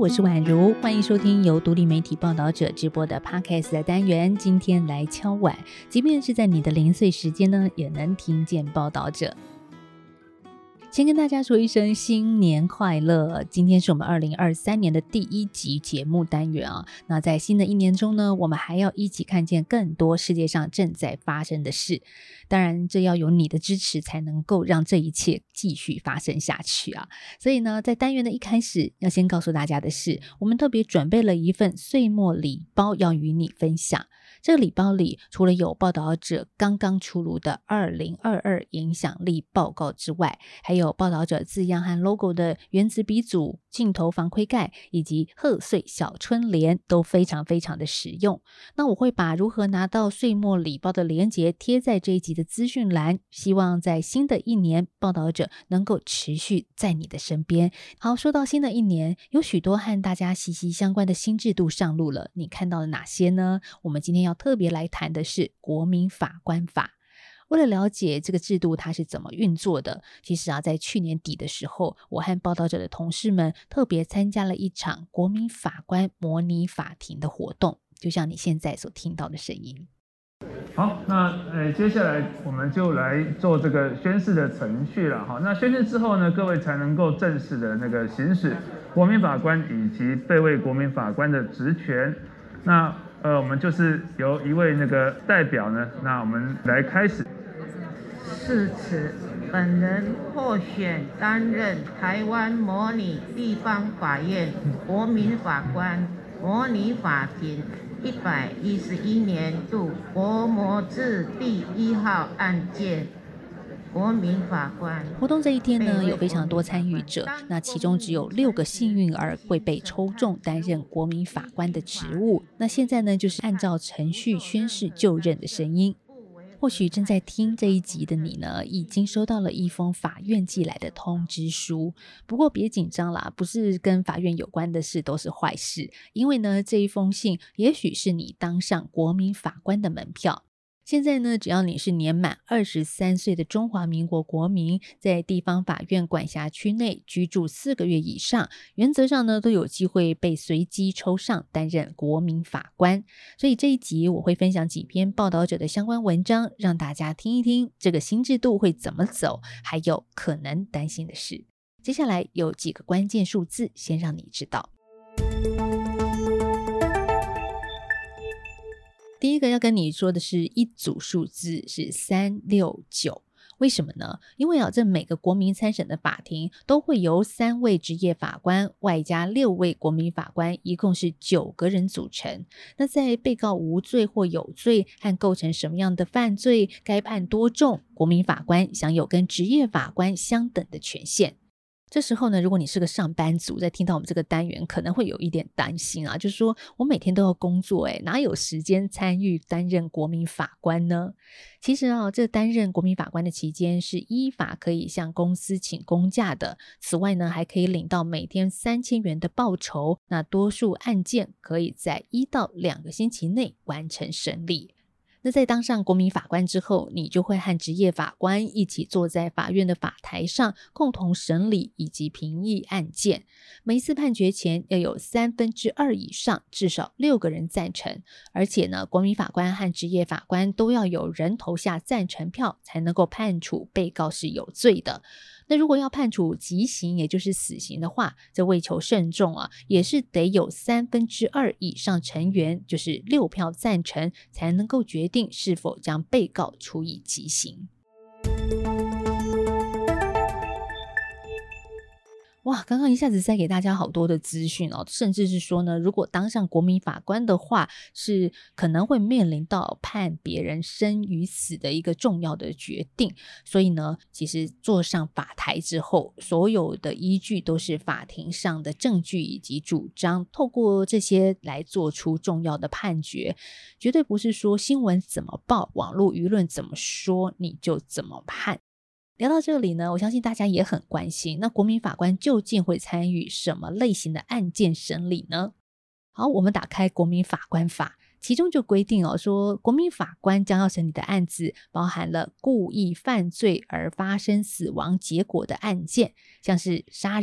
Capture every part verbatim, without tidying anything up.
我是宛如，欢迎收听由独立媒体报道者直播的 Podcast 的单元。今天来敲碗，即便是在你的零碎时间呢，也能听见报道者。先跟大家说一声新年快乐，今天是我们二零二三年的第一集节目单元啊。那在新的一年中呢，我们还要一起看见更多世界上正在发生的事，当然这要有你的支持才能够让这一切继续发生下去啊。所以呢，在单元的一开始要先告诉大家的是，我们特别准备了一份岁末礼包要与你分享。这个礼包里除了有报道者刚刚出炉的二零二二影响力报告之外，还有报道者字样和 logo 的原子笔组、镜头防窥盖以及贺岁小春联都非常非常的实用。那我会把如何拿到岁末礼包的连结贴在这一集的资讯栏，希望在新的一年报道者能够持续在你的身边。好，说到新的一年，有许多和大家息息相关的新制度上路了，你看到了哪些呢？我们今天要特别来谈的是国民法官法。为了了解这个制度它是怎么运作的，其实啊，在去年底的时候，我和报道者的同事们特别参加了一场国民法官模拟法庭的活动，就像你现在所听到的声音。 好，那呃，接下来我们就来做这个宣誓的程序了哈。那宣誓之后呢，各位才能够正式的那个行使国民法官以及备位国民法官的职权。那呃，我们就是由一位那个代表呢，那我们来开始。 誓词：本人获选担任台湾模拟地方法院国民法官模拟法庭一百一十一年度国模字第一号案件国民法官。 活动这一天呢，有非常多参与者，那其中只有六个幸运儿会被抽中担任国民法官的职务。那现在呢，就是按照程序宣誓就任的声音。或许正在听这一集的你呢，已经收到了一封法院寄来的通知书。不过别紧张啦，不是跟法院有关的事都是坏事，因为呢，这一封信也许是你当上国民法官的门票。现在呢，只要你是年满二十三岁的中华民国国民，在地方法院管辖区内居住四个月以上，原则上呢都有机会被随机抽上担任国民法官。所以这一集我会分享几篇报道者的相关文章，让大家听一听这个新制度会怎么走，还有可能担心的事。接下来有几个关键数字先让你知道。第一个要跟你说的是一组数字是三六九。为什么呢？因为啊，这每个国民参审的法庭都会由三位职业法官外加六位国民法官，一共是九个人组成。那在被告无罪或有罪和构成什么样的犯罪，该判多重，国民法官享有跟职业法官相等的权限。这时候呢，如果你是个上班族，在听到我们这个单元可能会有一点担心啊，就是说我每天都要工作，诶哪有时间参与担任国民法官呢？其实啊，这担任国民法官的期间是依法可以向公司请公假的，此外呢，还可以领到每天三千元的报酬，那多数案件可以在一到两个星期内完成审理。那在当上国民法官之后，你就会和职业法官一起坐在法院的法台上，共同审理以及评议案件。每一次判决前要有三分之二以上，至少六个人赞成。而且呢，国民法官和职业法官都要有人投下赞成票，才能够判处被告是有罪的。那如果要判处极刑，也就是死刑的话，这为求慎重啊，也是得有三分之二以上成员，就是六票赞成，才能够决定是否将被告处以极刑。哇，刚刚一下子塞给大家好多的资讯哦，甚至是说呢，如果当上国民法官的话，是可能会面临到判别人生与死的一个重要的决定。所以呢，其实坐上法台之后，所有的依据都是法庭上的证据以及主张，透过这些来做出重要的判决，绝对不是说新闻怎么报，网络舆论怎么说，你就怎么判。聊到这里呢，我相信大家也很关心，那国民法官究竟会参与什么类型的案件审理呢？好，我们打开国民法官法，其中就规定哦，说国民法官将要审理的案子包含了故意犯罪而发生死亡结果的案件，像是杀人、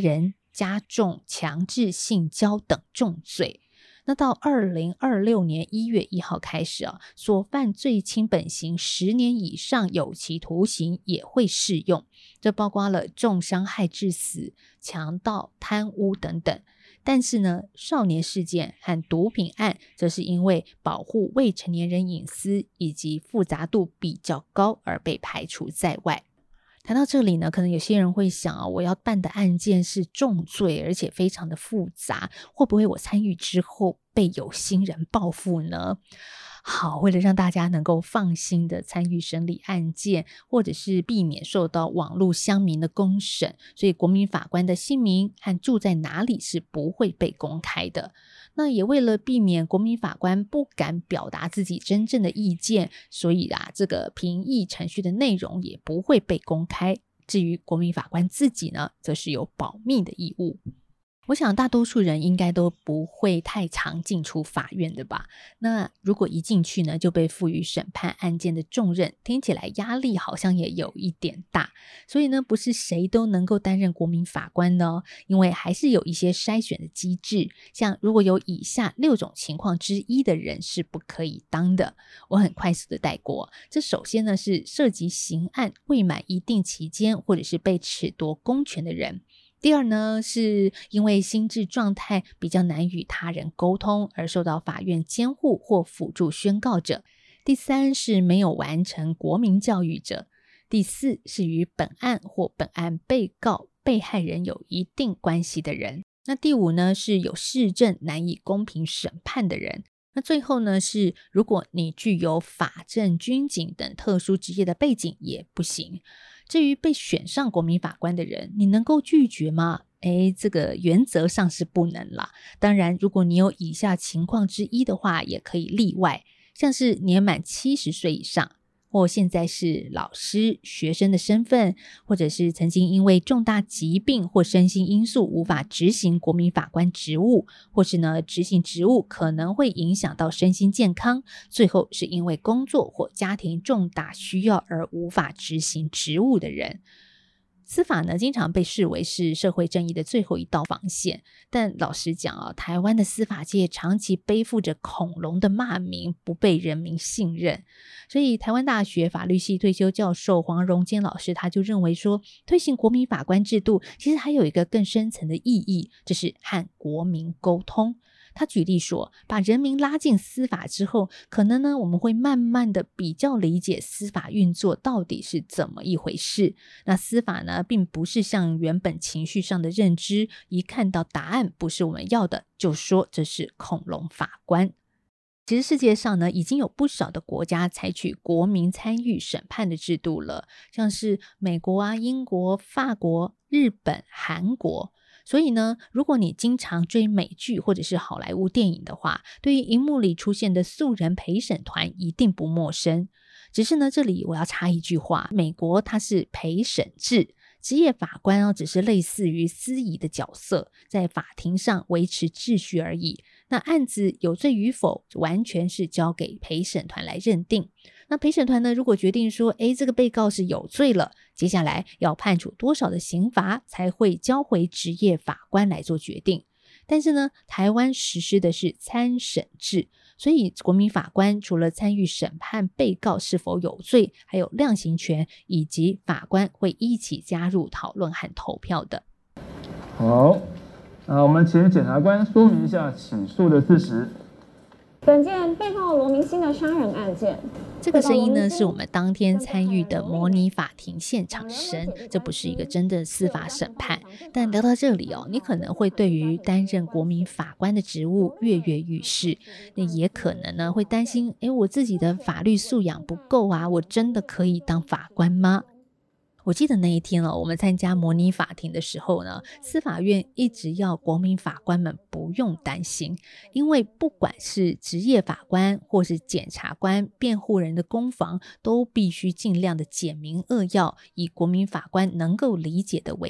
加重强制性交等重罪。那到二零二六年一月一号开始啊，所犯最轻本刑十年以上有期徒刑也会适用，这包括了重伤害致死、强盗、贪污等等。但是呢，少年事件和毒品案则是因为保护未成年人隐私以及复杂度比较高而被排除在外。谈到这里呢，可能有些人会想啊，我要办的案件是重罪，而且非常的复杂，会不会我参与之后被有心人报复呢？好，为了让大家能够放心的参与审理案件，或者是避免受到网络乡民的公审，所以国民法官的姓名和住在哪里是不会被公开的。那也为了避免国民法官不敢表达自己真正的意见，所以啊，这个评议程序的内容也不会被公开。至于国民法官自己呢，则是有保密的义务。我想大多数人应该都不会太常进出法院的吧，那如果一进去呢就被赋予审判案件的重任，听起来压力好像也有一点大。所以呢，不是谁都能够担任国民法官的哦，因为还是有一些筛选的机制，像如果有以下六种情况之一的人是不可以当的。我很快速的带过，这首先呢是涉及刑案未满一定期间或者是被褫夺公权的人。第二呢，是因为心智状态比较难与他人沟通而受到法院监护或辅助宣告者。第三是没有完成国民教育者。第四是与本案或本案被告、被害人有一定关系的人。那第五呢，是有事证难以公平审判的人。那最后呢，是如果你具有法政、军警等特殊职业的背景也不行。至于被选上国民法官的人，你能够拒绝吗？诶，这个原则上是不能啦。当然，如果你有以下情况之一的话，也可以例外，像是年满七十岁以上，或现在是老师、学生的身份，或者是曾经因为重大疾病或身心因素无法执行国民法官职务，或是呢执行职务可能会影响到身心健康，最后是因为工作或家庭重大需要而无法执行职务的人。司法呢，经常被视为是社会正义的最后一道防线，但老实讲啊，台湾的司法界长期背负着恐龙的骂名，不被人民信任。所以台湾大学法律系退休教授黄荣坚老师他就认为说，推行国民法官制度其实还有一个更深层的意义，就是和国民沟通。他举例说，把人民拉进司法之后，可能呢我们会慢慢的比较理解司法运作到底是怎么一回事。那司法呢并不是像原本情绪上的认知，一看到答案不是我们要的，就说这是恐龙法官。其实世界上呢已经有不少的国家采取国民参与审判的制度了，像是美国啊、英国、法国、日本、韩国。所以呢，如果你经常追美剧或者是好莱坞电影的话，对于荧幕里出现的素人陪审团一定不陌生。只是呢，这里我要插一句话，美国它是陪审制，职业法官哦，只是类似于司仪的角色，在法庭上维持秩序而已。那案子有罪与否，完全是交给陪审团来认定。那陪审团呢，如果决定说，诶，这个被告是有罪了，接下来要判处多少的刑罚，才会交回职业法官来做决定。但是呢，台湾实施的是参审制，所以国民法官除了参与审判被告是否有罪，还有量刑权，以及法官会一起加入讨论和投票的。 好，那我们请检察官说明一下起诉的事实。 本件被告罗明星的杀人案件， 这个声音呢是我们当天参与的模拟法庭现场声，这不是一个真的司法审判。但聊到这里哦，你可能会对于担任国民法官的职务跃跃欲试，那也可能呢会担心，诶，我自己的法律素养不够啊，我真的可以当法官吗？我记得那一天哦，我们参加模拟法庭的时候呢，司法院一直要国民法官们不用担心，因为不管是职业法官或是检察官、辩护人的攻防，都必须尽量的简明扼要，以国民法官能够理解的为主。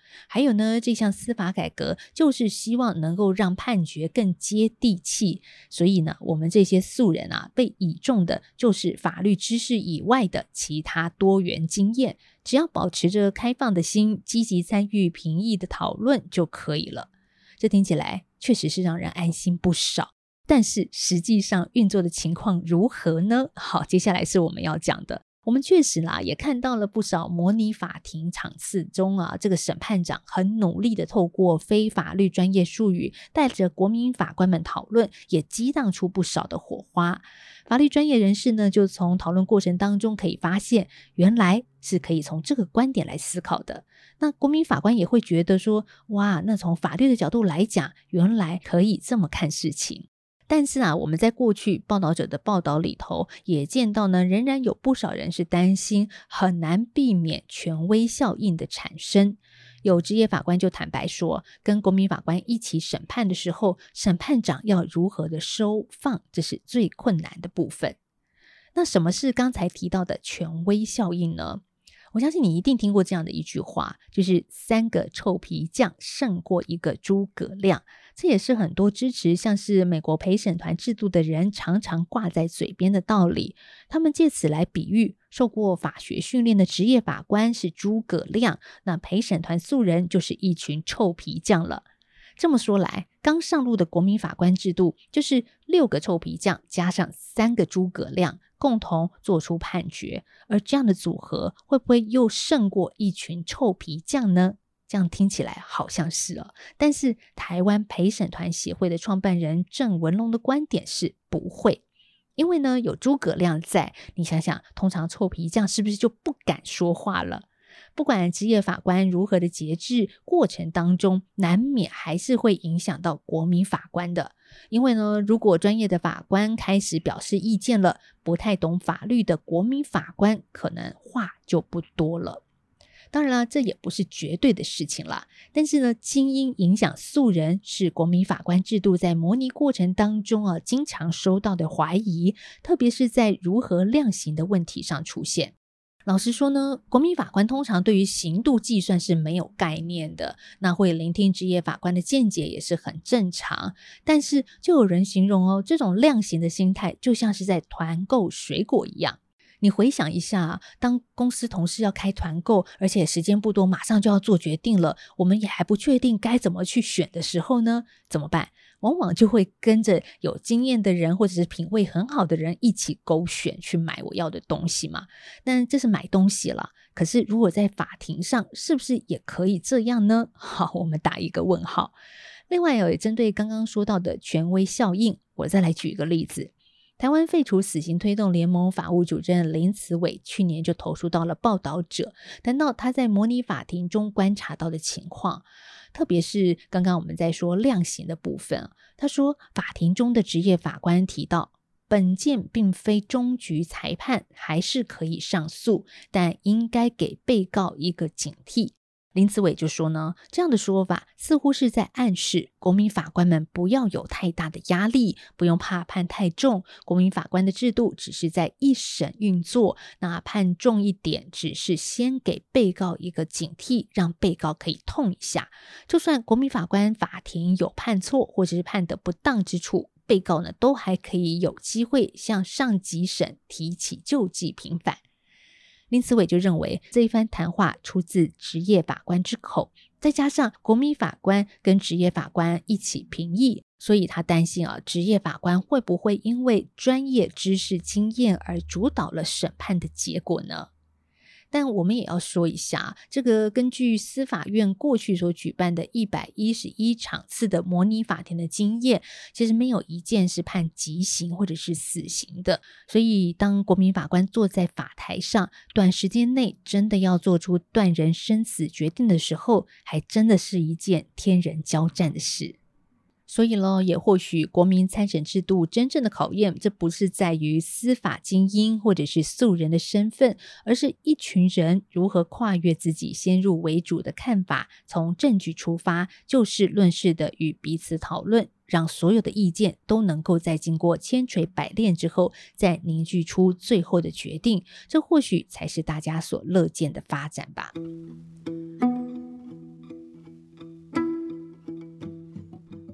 还有呢，这项司法改革就是希望能够让判决更接地气，所以呢，我们这些素人啊，被倚重的就是法律知识以外的其他多元经验，只要保持着开放的心，积极参与评议的讨论就可以了。这听起来确实是让人安心不少，但是实际上运作的情况如何呢？好，接下来是我们要讲的。我们确实啦，也看到了不少模拟法庭场次中啊，这个审判长很努力的透过非法律专业术语，带着国民法官们讨论，也激荡出不少的火花。法律专业人士呢，就从讨论过程当中可以发现，原来是可以从这个观点来思考的。那国民法官也会觉得说，哇，那从法律的角度来讲，原来可以这么看事情。但是啊，我们在过去报道者的报道里头也见到呢，仍然有不少人是担心很难避免权威效应的产生。有职业法官就坦白说，跟国民法官一起审判的时候，审判长要如何的收放，这是最困难的部分。那什么是刚才提到的权威效应呢？我相信你一定听过这样的一句话，就是三个臭皮匠胜过一个诸葛亮。这也是很多支持像是美国陪审团制度的人常常挂在嘴边的道理。他们借此来比喻受过法学训练的职业法官是诸葛亮，那陪审团素人就是一群臭皮匠了。这么说来，刚上路的国民法官制度就是六个臭皮匠加上三个诸葛亮共同做出判决，而这样的组合会不会又胜过一群臭皮匠呢？这样听起来好像是哦，但是台湾陪审团协会的创办人郑文龙的观点是不会。因为呢，有诸葛亮在，你想想，通常臭皮匠是不是就不敢说话了？不管职业法官如何的节制，过程当中难免还是会影响到国民法官的。因为呢，如果专业的法官开始表示意见了，不太懂法律的国民法官可能话就不多了。当然啦，这也不是绝对的事情啦，但是呢，精英影响素人是国民法官制度在模拟过程当中啊，经常收到的怀疑，特别是在如何量刑的问题上出现。老实说呢，国民法官通常对于刑度计算是没有概念的，那会聆听职业法官的见解也是很正常。但是就有人形容哦，这种量刑的心态就像是在团购水果一样。你回想一下，当公司同事要开团购，而且时间不多，马上就要做决定了，我们也还不确定该怎么去选的时候呢，怎么办？往往就会跟着有经验的人或者是品味很好的人一起勾选去买我要的东西嘛。但这是买东西了，可是如果在法庭上是不是也可以这样呢？好，我们打一个问号。另外有针对刚刚说到的权威效应，我再来举一个例子。台湾废除死刑推动联盟法务主任林慈伟去年就投诉到了报道者，谈到他在模拟法庭中观察到的情况，特别是刚刚我们在说量刑的部分。他说法庭中的职业法官提到，本件并非终局裁判，还是可以上诉，但应该给被告一个警惕。林慈伟就说呢，这样的说法似乎是在暗示国民法官们不要有太大的压力，不用怕判太重，国民法官的制度只是在一审运作，那判重一点只是先给被告一个警惕，让被告可以痛一下，就算国民法官法庭有判错或者是判得不当之处，被告呢都还可以有机会向上级审提起救济平反。林慈伟就认为这一番谈话出自职业法官之口，再加上国民法官跟职业法官一起评议，所以他担心啊，职业法官会不会因为专业知识经验而主导了审判的结果呢？但我们也要说一下，这个根据司法院过去所举办的一百一十一场次的模拟法庭的经验，其实没有一件是判极刑或者是死刑的。所以当国民法官坐在法台上，短时间内真的要做出断人生死决定的时候，还真的是一件天人交战的事。所以咯，也或许国民参审制度真正的考验，这不是在于司法精英或者是素人的身份，而是一群人如何跨越自己先入为主的看法，从证据出发，就事论事的与彼此讨论，让所有的意见都能够在经过千锤百炼之后，再凝聚出最后的决定，这或许才是大家所乐见的发展吧。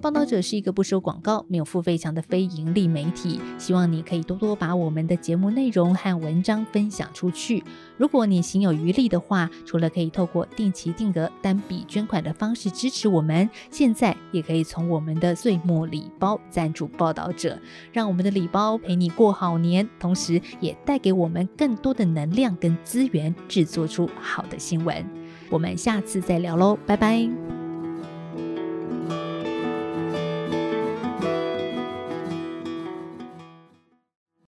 报道者是一个不收广告、没有付费墙的非盈利媒体，希望你可以多多把我们的节目内容和文章分享出去。如果你行有余力的话，除了可以透过定期定额单笔捐款的方式支持我们，现在也可以从我们的岁末礼包赞助报道者，让我们的礼包陪你过好年，同时也带给我们更多的能量跟资源，制作出好的新闻。我们下次再聊喽，拜拜。